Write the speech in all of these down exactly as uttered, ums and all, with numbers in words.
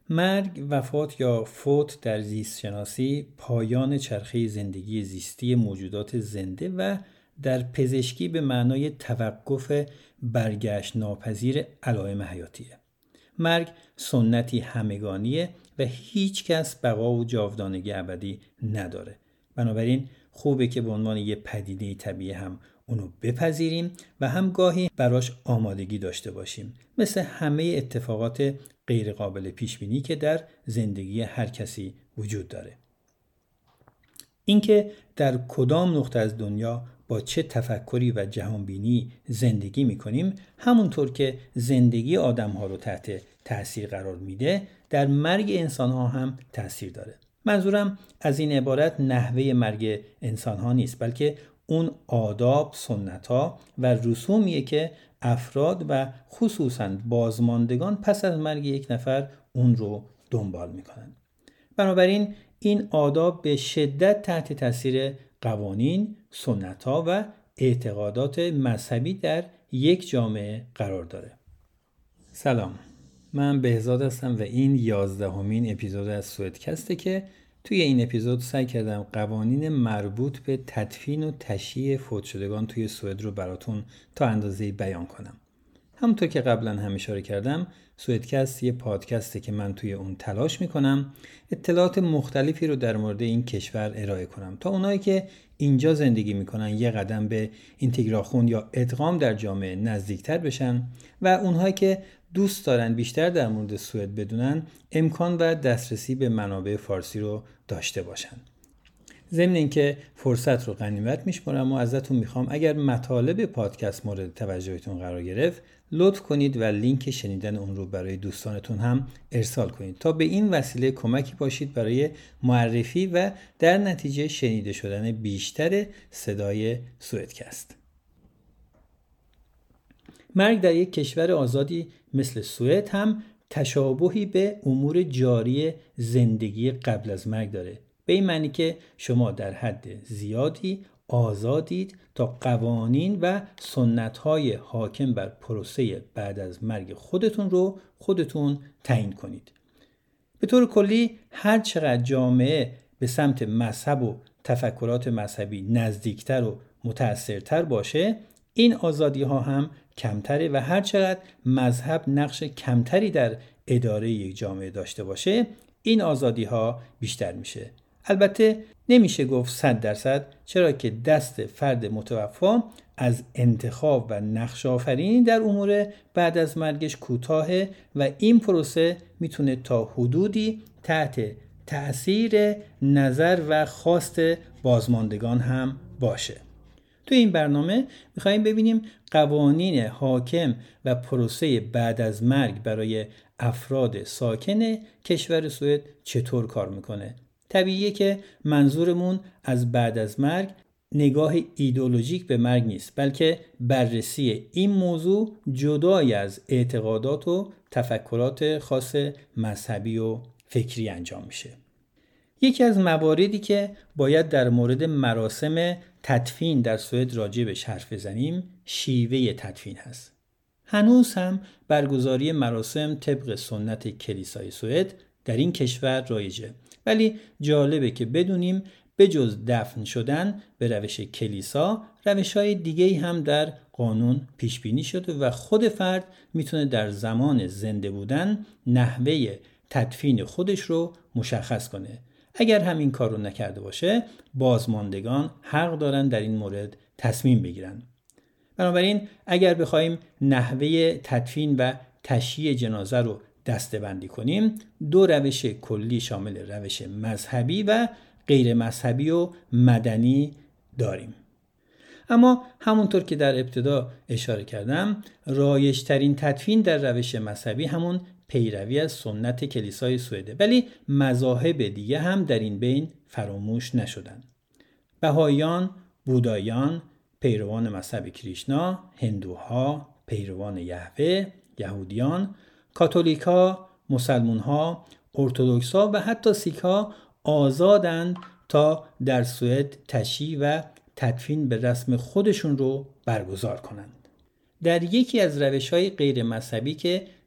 مرگ، وفات یا فوت در زیست شناسی پایان چرخه زندگی زیستی موجودات زنده و در پزشکی به معنای توقف برگشت ناپذیر علائم حیاتیه. مرگ سنتی همگانیه و هیچ کس بقا و جاودانگی ابدی نداره. بنابراین خوبه که به عنوان یه پدیده طبیعی هم اونو بپذیریم و هم گاهی براش آمادگی داشته باشیم، مثل همه اتفاقات غیر قابل پیش بینی که در زندگی هر کسی وجود داره. اینکه در کدام نقطه از دنیا با چه تفکری و جهانبینی زندگی میکنیم، همونطور که زندگی آدم‌ها رو تحت تأثیر قرار میده، در مرگ انسان‌ها هم تأثیر داره. منظورم از این عبارت نحوه مرگ انسان‌ها نیست، بلکه اون آداب، سنت‌ها و رسومیه که افراد و خصوصاً بازماندگان پس از مرگ یک نفر اون رو دنبال میکنن. بنابراین این آداب به شدت تحت تاثیر قوانین، سنت‌ها و اعتقادات مذهبی در یک جامعه قرار داره. سلام، من بهزاد هستم و این یازدهمین اپیزود از سوئدکسته که توی این اپیزود سعی کردم قوانین مربوط به تدفین و تشییع فوت شدگان توی سوئد رو براتون تا اندازه‌ای بیان کنم. همونطور که قبلا هم اشاره کردم، سوئدکست یه پادکسته که من توی اون تلاش میکنم اطلاعات مختلفی رو در مورد این کشور ارائه کنم تا اونایی که اینجا زندگی میکنن یه قدم به اینتگراخون یا ادغام در جامعه نزدیکتر بشن و اونهایی که دوست دارن بیشتر در مورد سوئد بدونن امکان و دسترسی به منابع فارسی رو داشته باشن. ضمن اینکه فرصت رو غنیمت میشمارم و ازتون میخوام اگر مطالب پادکست مورد توجهتون قرار گرفت لطف کنید و لینک شنیدن اون رو برای دوستانتون هم ارسال کنید تا به این وسیله کمکی باشید برای معرفی و در نتیجه شنیده شدن بیشتر صدای سوئدکست. مرگ در یک کشور آزادی مثل سوئد هم تشابهی به امور جاری زندگی قبل از مرگ داره، به این معنی که شما در حد زیادی آزادید تا قوانین و سنت‌های حاکم بر پروسه بعد از مرگ خودتون رو خودتون تعیین کنید. به طور کلی هر چقدر جامعه به سمت مذهب و تفکرات مذهبی نزدیکتر و متأثرتر باشه، این آزادی ها هم کمتره و هر چقدر مذهب نقش کمتری در اداره یک جامعه داشته باشه، این آزادی ها بیشتر میشه. البته نمیشه گفت صد درصد، چرا که دست فرد متوفا از انتخاب و نقش آفرینی در امور بعد از مرگش کوتاهه و این پروسه میتونه تا حدودی تحت تأثیر نظر و خواست بازماندگان هم باشه. تو این برنامه میخواییم ببینیم قوانین حاکم و پروسه بعد از مرگ برای افراد ساکن کشور سوئد چطور کار میکنه. طبیعیه که منظورمون از بعد از مرگ نگاه ایدئولوژیک به مرگ نیست، بلکه بررسی این موضوع جدای از اعتقادات و تفکرات خاص مذهبی و فکری انجام میشه. یکی از مواردی که باید در مورد مراسم تدفین در سوئد راجبش حرف بزنیم شیوه تدفین هست. هنوز هم برگزاری مراسم طبق سنت کلیسای سوئد در این کشور رایجه، ولی جالبه که بدونیم به جز دفن شدن به روش کلیسا، روش‌های دیگه‌ای هم در قانون پیش بینی شده و خود فرد میتونه در زمان زنده بودن نحوه تدفین خودش رو مشخص کنه. اگر همین کار رو نکرده باشه، بازماندگان حق دارن در این مورد تصمیم بگیرن. بنابراین اگر بخوایم نحوه تدفین و تشییع جنازه رو دسته‌بندی کنیم، دو روش کلی شامل روش مذهبی و غیر مذهبی و مدنی داریم. اما همونطور که در ابتدا اشاره کردم، رایج‌ترین تدفین در روش مذهبی همون پیروی از سنت کلیسای سوئده، ولی مذاهب دیگه هم در این بین فراموش نشدن. بهائیان، بوداییان، پیروان مذهب کریشنا، هندوها، پیروان یهوه، یهودیان، کاتولیکا، مسلمان‌ها، ارتدوکس‌ها و حتی سیک‌ها آزادند تا در سوئد تشییع و تدفین به رسم خودشون رو برگزار کنند. در یکی از روش‌های غیر مذهبی که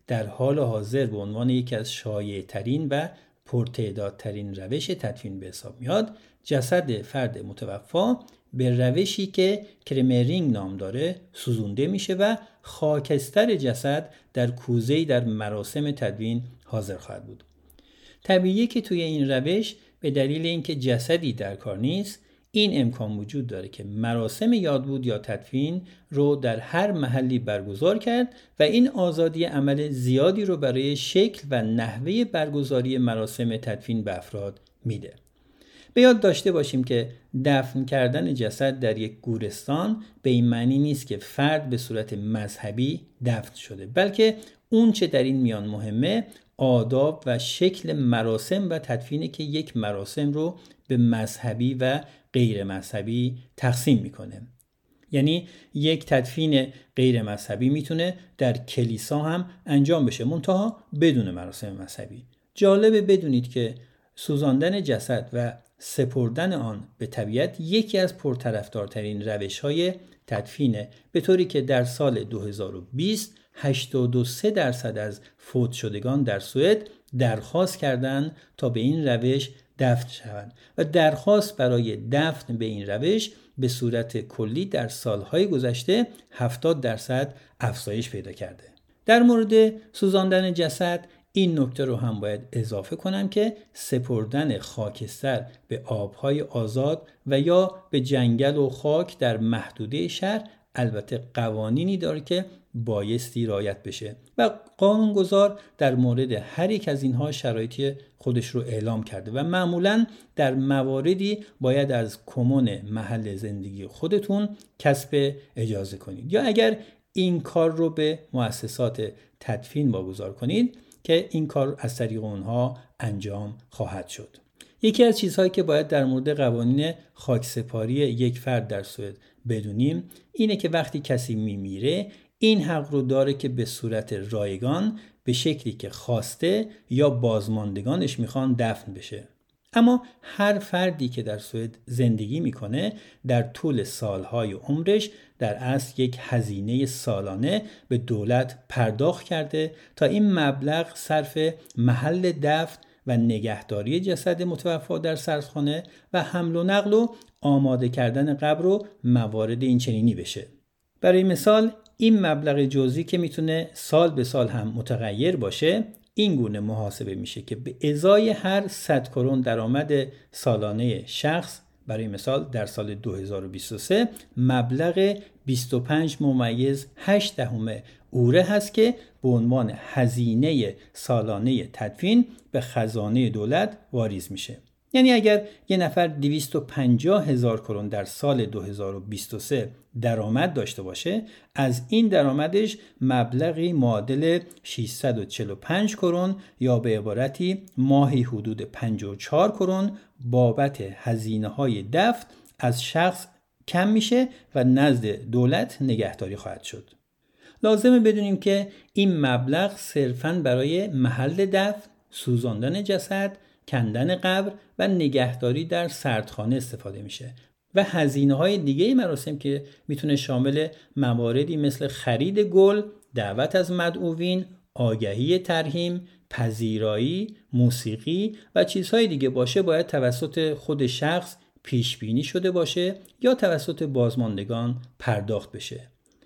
در حال حاضر به عنوان یکی از شایع‌ترین و پرتعدادترین روش تدفین به حساب میاد، جسد فرد متوفا به روشی که کرمرینگ نام داره سوزونده میشه و خاکستر جسد در کوزه‌ای در مراسم تدفین حاضر خواهد بود. طبیعیه که توی این روش به دلیل اینکه جسدی در کار نیست، این امکان وجود داره که مراسم یادبود یا تدفین رو در هر محلی برگزار کرد و این آزادی عمل زیادی رو برای شکل و نحوه برگزاری مراسم تدفین به افراد میده. به یاد داشته باشیم که دفن کردن جسد در یک گورستان به این معنی نیست که فرد به صورت مذهبی دفن شده، بلکه اون چه در این میان مهمه آداب و شکل مراسم و تدفینه که یک مراسم رو به مذهبی و غیر مذهبی تقسیم میکنه. یعنی یک تدفین غیر مذهبی میتونه در کلیسا هم انجام بشه، منتها بدون مراسم مذهبی. جالبه بدونید که سوزاندن جسد و سپردن آن به طبیعت یکی از پرطرفدارترین روش‌های تدفینه، به طوری که در سال دو هزار و بیست هشتاد و سه درصد از فوت شدگان در سوئد درخواست کردند تا به این روش دفن شوند و درخواست برای دفن به این روش به صورت کلی در سالهای گذشته هفتاد درصد افزایش پیدا کرده. در مورد سوزاندن جسد این نکته رو هم باید اضافه کنم که سپردن خاکستر به آبهای آزاد و یا به جنگل و خاک در محدوده شهر البته قوانینی داره که بایستی رعایت بشه و قانونگذار در مورد هر یک از اینها شرایطی خودش رو اعلام کرده و معمولاً در مواردی باید از کمون محل زندگی خودتون کسب اجازه کنید یا اگر این کار رو به مؤسسات تدفین واگذار کنید که این کار از طریق اونها انجام خواهد شد. یکی از چیزهایی که باید در مورد قوانین خاکسپاری یک فرد در سوئد بدونیم اینه که وقتی کسی میمیره این حق رو داره که به صورت رایگان به شکلی که خواسته یا بازماندگانش میخوان دفن بشه. اما هر فردی که در سوئد زندگی میکنه در طول سالهای عمرش در اصل یک هزینه سالانه به دولت پرداخت کرده تا این مبلغ صرف محل دفن و نگهداری جسد متوفا در سردخانه و حمل و نقل و آماده کردن قبر و موارد این چنینی بشه. برای مثال این مبلغ جزئی که میتونه سال به سال هم متغیر باشه این گونه محاسبه میشه که به ازای هر صد کرون درآمد سالانه شخص، برای مثال در سال دو هزار و بیست و سه مبلغ بیست و پنج ممیز هشت دهم اوره هست که به عنوان هزینه سالانه تدفین به خزانه دولت واریز میشه. یعنی اگر یه نفر دویست و پنجاه هزار کرون در سال دو هزار و بیست و سه درآمد داشته باشه، از این درآمدش مبلغی معادل ششصد و چهل و پنج کرون یا به عبارتی ماهی حدود پنجاه و چهار کرون بابت هزینه‌های دفن از شخص کم میشه و نزد دولت نگهداری خواهد شد. لازمه بدونیم که این مبلغ صرفاً برای محل دفن، سوزاندن جسد، کندن قبر و نگهداری در سردخانه استفاده میشه و هزینه‌های دیگه مراسم که میتونه شامل مواردی مثل خرید گل، دعوت از مدعوین، آگهی ترحیم، پذیرایی، موسیقی و چیزهای دیگه باشه باید توسط خود شخص پیش بینی شده باشه یا توسط بازماندگان پرداخت بشه.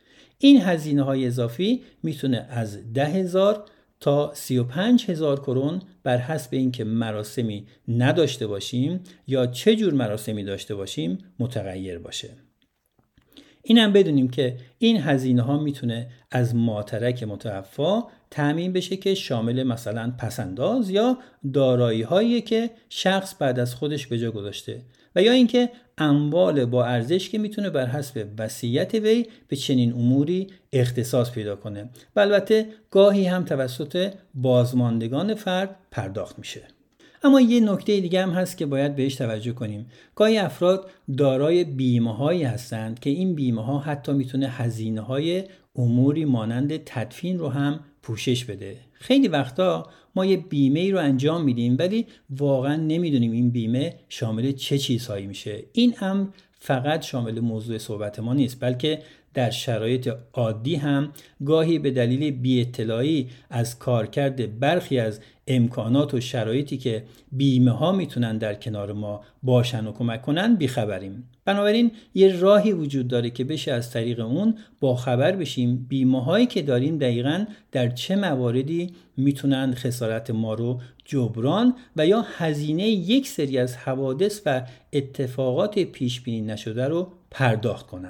این هزینه‌های اضافی میتونه از ده هزار تا سی و پنج هزار کرون بر حسب اینکه مراسمی نداشته باشیم یا چه جور مراسمی داشته باشیم متغیر باشه. اینم بدونیم که این هزینه ها میتونه از ماترک متوفا تامین بشه که شامل مثلا پسنداز یا دارایی هایی که شخص بعد از خودش به جا گذاشته و یا اینکه اموال با ارزش که میتونه بر حسب وصیت وی به چنین اموری اختصاص پیدا کنه و البته گاهی هم توسط بازماندگان فرد پرداخت میشه. اما یه نکته دیگه هم هست که باید بهش توجه کنیم. گاهی افراد دارای بیمه هایی هستند که این بیمه ها حتی میتونه هزینه های اموری مانند تدفین رو هم پوشش بده. خیلی وقتا ما یه بیمه ای رو انجام میدیم ولی واقعا نمیدونیم این بیمه شامل چه چیزهایی میشه. این امر فقط شامل موضوع صحبت ما نیست، بلکه در شرایط عادی هم گاهی به دلیل بی‌اطلاعی از کارکرد برخی از امکانات و شرایطی که بیمه ها میتونن در کنار ما باشن و کمک کنن بیخبریم. بنابراین یه راهی وجود داره که بشه از طریق اون با خبر بشیم بیمه هایی که داریم دقیقاً در چه مواردی میتونن خسارت ما رو جبران و یا هزینه یک سری از حوادث و اتفاقات پیش بینی نشده رو پرداخت کنن.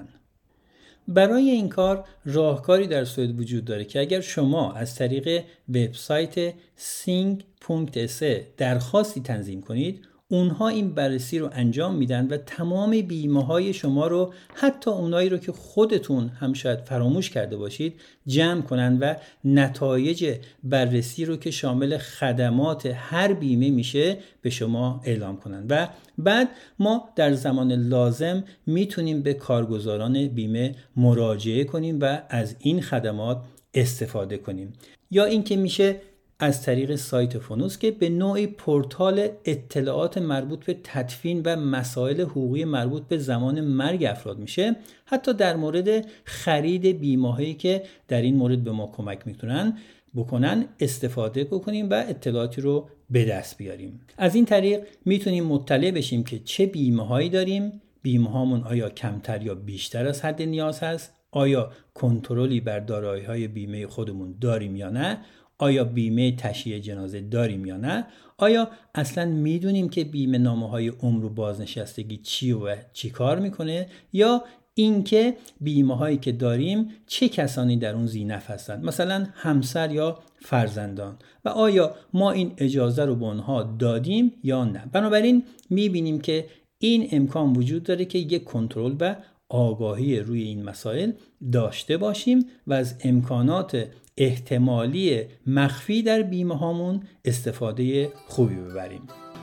برای این کار راهکاری در سوئد وجود داره که اگر شما از طریق وبسایت سینگ پونکت اس درخواستی تنظیم کنید، اونها این بررسی رو انجام میدن و تمام بیمه های شما رو، حتی اونایی رو که خودتون هم شاید فراموش کرده باشید، جمع کنن و نتایج بررسی رو که شامل خدمات هر بیمه میشه به شما اعلام کنن و بعد ما در زمان لازم میتونیم به کارگزاران بیمه مراجعه کنیم و از این خدمات استفاده کنیم. یا اینکه میشه از طریق سایت فونوس که به نوعی پورتال اطلاعات مربوط به تدفین و مسائل حقوقی مربوط به زمان مرگ افراد میشه، حتی در مورد خرید بیمه‌هایی که در این مورد به ما کمک میتونن بکنن استفاده بکنیم و اطلاعاتی رو به دست بیاریم. از این طریق میتونیم مطلع بشیم که چه بیمه‌هایی داریم، بیمه‌هامون آیا کمتر یا بیشتر از حد نیاز هست، آیا کنترلی بر دارایی‌های بیمه خودمون داریم یا نه، آیا بیمه تشییع جنازه داریم یا نه، آیا اصلا میدونیم که بیمه نامه‌های عمر و بازنشستگی چی و چی کار میکنه، یا اینکه بیمه هایی که داریم چه کسانی در اون ذی‌نفع هستند، مثلا همسر یا فرزندان، و آیا ما این اجازه رو به اونها دادیم یا نه. بنابراین میبینیم که این امکان وجود داره که یک کنترل و آگاهی روی این مسائل داشته باشیم و از امکانات احتمالی مخفی در بیمه هامون استفاده خوبی ببریم.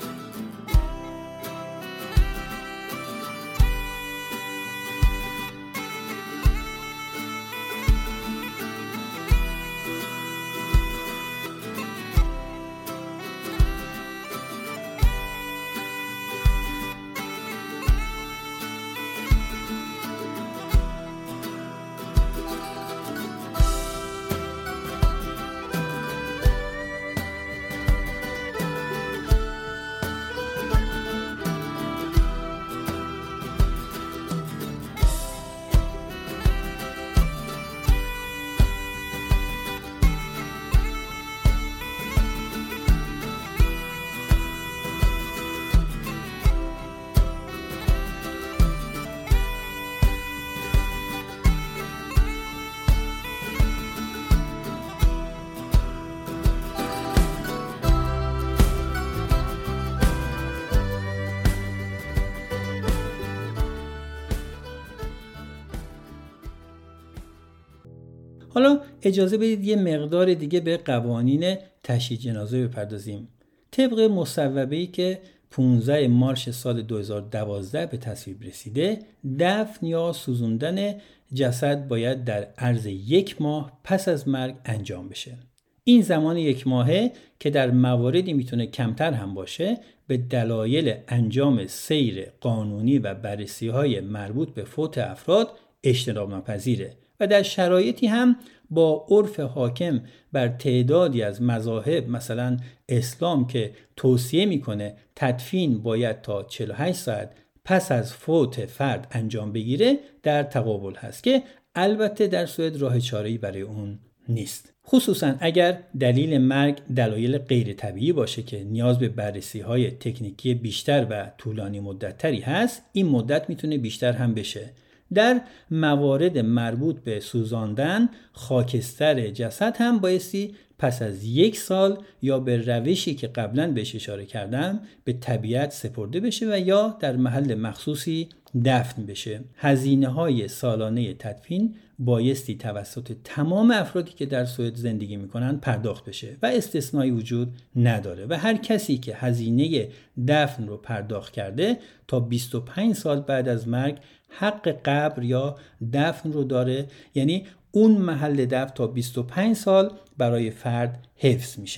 حالا اجازه بدید یه مقدار دیگه به قوانین تشییع جنازه بپردازیم. طبق مصوبه‌ای که پانزده مارس سال دو هزار و دوازده به تصویب رسیده، دفن یا سوزوندن جسد باید در عرض یک ماه پس از مرگ انجام بشه. این زمان یک ماهه که در مواردی میتونه کمتر هم باشه، به دلایل انجام سیر قانونی و بررسی‌های مربوط به فوت افراد اجتناب ناپذیره و در شرایطی هم با عرف حاکم بر تعدادی از مذاهب، مثلا اسلام که توصیه میکنه تدفین باید تا چهل و هشت ساعت پس از فوت فرد انجام بگیره، در تقابل هست که البته در سوئد راه چاره‌ای برای اون نیست. خصوصا اگر دلیل مرگ دلایل غیر طبیعی باشه که نیاز به بررسی‌های تکنیکی بیشتر و طولانی مدت‌تری هست، این مدت میتونه بیشتر هم بشه. در موارد مربوط به سوزاندن خاکستر جسد هم بایستی پس از یک سال یا به روشی که قبلا بهش اشاره کردم به طبیعت سپرده بشه و یا در محل مخصوصی دفن بشه. هزینه های سالانه تدفین بایستی توسط تمام افرادی که در سوئد زندگی میکنن پرداخت بشه و استثنایی وجود نداره و هر کسی که هزینه دفن رو پرداخت کرده تا بیست و پنج سال بعد از مرگ حق قبر یا دفن رو داره، یعنی اون محل دفن تا بیست و پنج سال برای فرد حفظ میشه.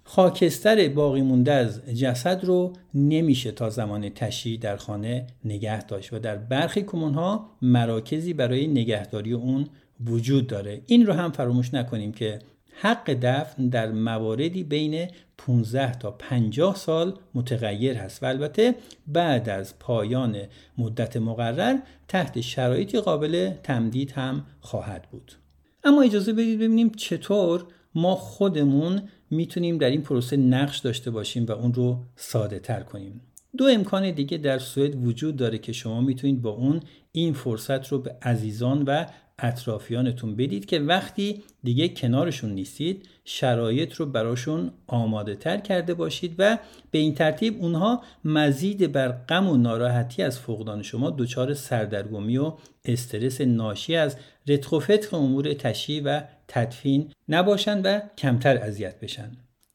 خاکستر باقی مونده از جسد رو نمیشه تا زمان تشییع در خانه نگه داشت و در برخی کمون‌ها مراکزی برای نگهداری اون وجود داره. این رو هم فراموش نکنیم که حق دفن در مواردی بین پانزده تا پنجاه سال متغیر هست و البته بعد از پایان مدت مقرر تحت شرایطی قابل تمدید هم خواهد بود. اما اجازه بدید ببینیم چطور ما خودمون میتونیم در این پروسه نقش داشته باشیم و اون رو ساده تر کنیم. دو امکان دیگه در سوئد وجود داره که شما میتونید با اون این فرصت رو به عزیزان و اطرافیانتون بدید که وقتی دیگه کنارشون نیستید شرایط رو براشون آماده تر کرده باشید و به این ترتیب اونها مزید بر غم و ناراحتی از فقدان شما دچار سردرگمی و استرس ناشی از رتق و فتق امور تشییع و تدفین نباشن و کمتر اذیت بشن.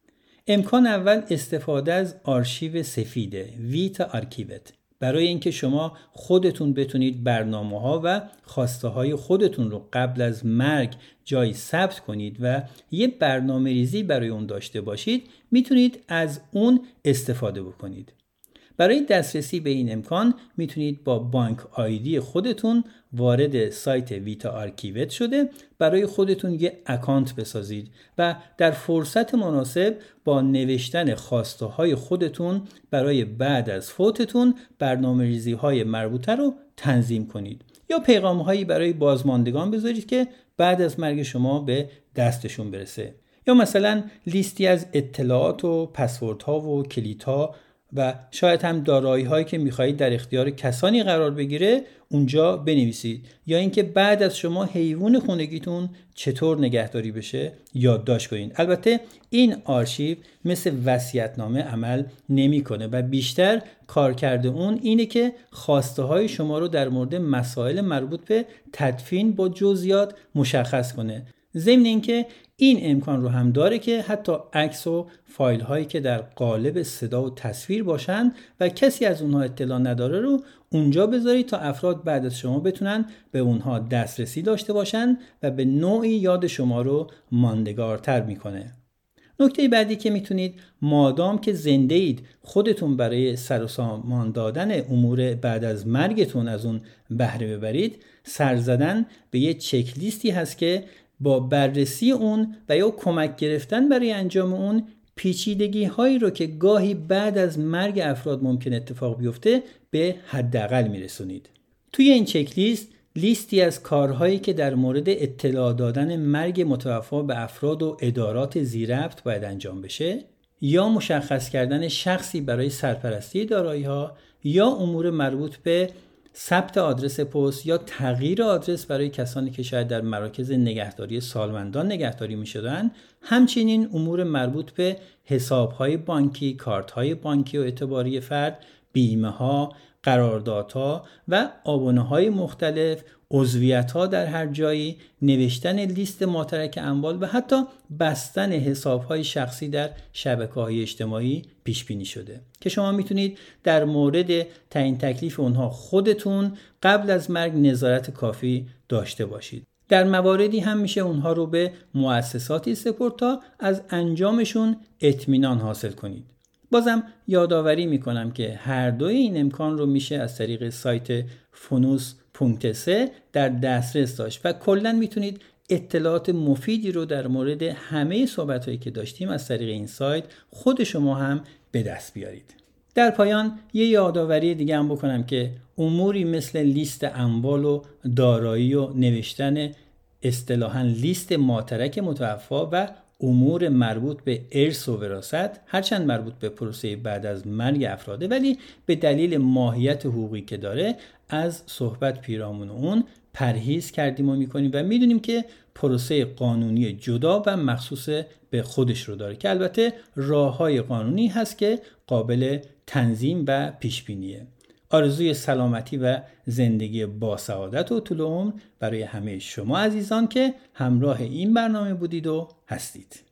امکان اول استفاده از آرشیو سفیده، ویتا آرکیوت، برای اینکه شما خودتون بتونید برنامه‌ها و خواسته‌های خودتون رو قبل از مرگ جای ثبت کنید و یه برنامه‌ریزی برای اون داشته باشید، میتونید از اون استفاده بکنید. برای دسترسی به این امکان میتونید با بانک آیدی خودتون وارد سایت ویتا آرکیوت شده برای خودتون یه اکانت بسازید و در فرصت مناسب با نوشتن خواسته های خودتون برای بعد از فوتتون برنامه ریزی های مربوطه رو تنظیم کنید یا پیغام هایی برای بازماندگان بذارید که بعد از مرگ شما به دستشون برسه، یا مثلا لیستی از اطلاعات و پسوردها و کلیدها و شاید هم دارایی هایی که میخواهید در اختیار کسانی قرار بگیره اونجا بنویسید، یا اینکه بعد از شما حیوان خونگیتون چطور نگهداری بشه یادداشت کنید. البته این آرشیو مثل وصیت‌نامه عمل نمیکنه و بیشتر کارکرد اون اینه که خواسته های شما رو در مورد مسائل مربوط به تدفین با جزئیات مشخص کنه. ضمن اینکه این امکان رو هم داره که حتی عکس و فایل هایی که در قالب صدا و تصویر باشن و کسی از اونها اطلاع نداره رو اونجا بذارید تا افراد بعد از شما بتونن به اونها دسترسی داشته باشن و به نوعی یاد شما رو ماندگارتر میکنه. نکته بعدی که میتونید مادام که زنده اید خودتون برای سر و سامان دادن امور بعد از مرگتون از اون بهره ببرید، سر زدن به یه چک لیستی هست که با بررسی اون و یا کمک گرفتن برای انجام اون پیچیدگی هایی رو که گاهی بعد از مرگ افراد ممکن اتفاق بیفته به حداقل میرسونید. توی این چک لیست لیستی از کارهایی که در مورد اطلاع دادن مرگ متوفی به افراد و ادارات ذی‌ربط باید انجام بشه، یا مشخص کردن شخصی برای سرپرستی دارایی‌ها، یا امور مربوط به ثبت آدرس پست یا تغییر آدرس برای کسانی که شاید در مراکز نگهداری سالمندان نگهداری می‌شدن، همچنین امور مربوط به حساب‌های بانکی، کارت‌های بانکی و اعتباری فرد، بیمه‌ها، قراردادها و آبونه‌های مختلف، عضویت‌ها در هر جایی، نوشتن لیست ماترک اموال و حتی بستن حساب‌های شخصی در شبکه‌های اجتماعی پیش بینی شده که شما میتونید در مورد تعیین تکلیف اونها خودتون قبل از مرگ نظارت کافی داشته باشید. در مواردی هم میشه اونها رو به مؤسساتی سپرد تا از انجامشون اطمینان حاصل کنید. بازم یادآوری میکنم که هر دوی این امکان رو میشه از طریق سایت فونوس پونکت سه در دسترس داشت و کلاً میتونید اطلاعات مفیدی رو در مورد همه صحبت‌هایی که داشتیم از طریق این سایت خود شما هم به دست بیارید. در پایان یه یادآوری دیگه هم بکنم که اموری مثل لیست اموال و دارایی و نوشتن اصطلاحاً لیست ماترک متوفی و امور مربوط به ارث و وراثت هرچند مربوط به پروسه بعد از مرگ افراده، ولی به دلیل ماهیت حقوقی که داره از صحبت پیرامون اون پرهیز کردیم و میکنیم و میدونیم که پروسه قانونی جدا و مخصوص به خودش رو داره که البته راههای قانونی هست که قابل تنظیم و پیشبینیه. آرزوی سلامتی و زندگی با سعادت و طول عمر برای همه شما عزیزان که همراه این برنامه بودید و هستید.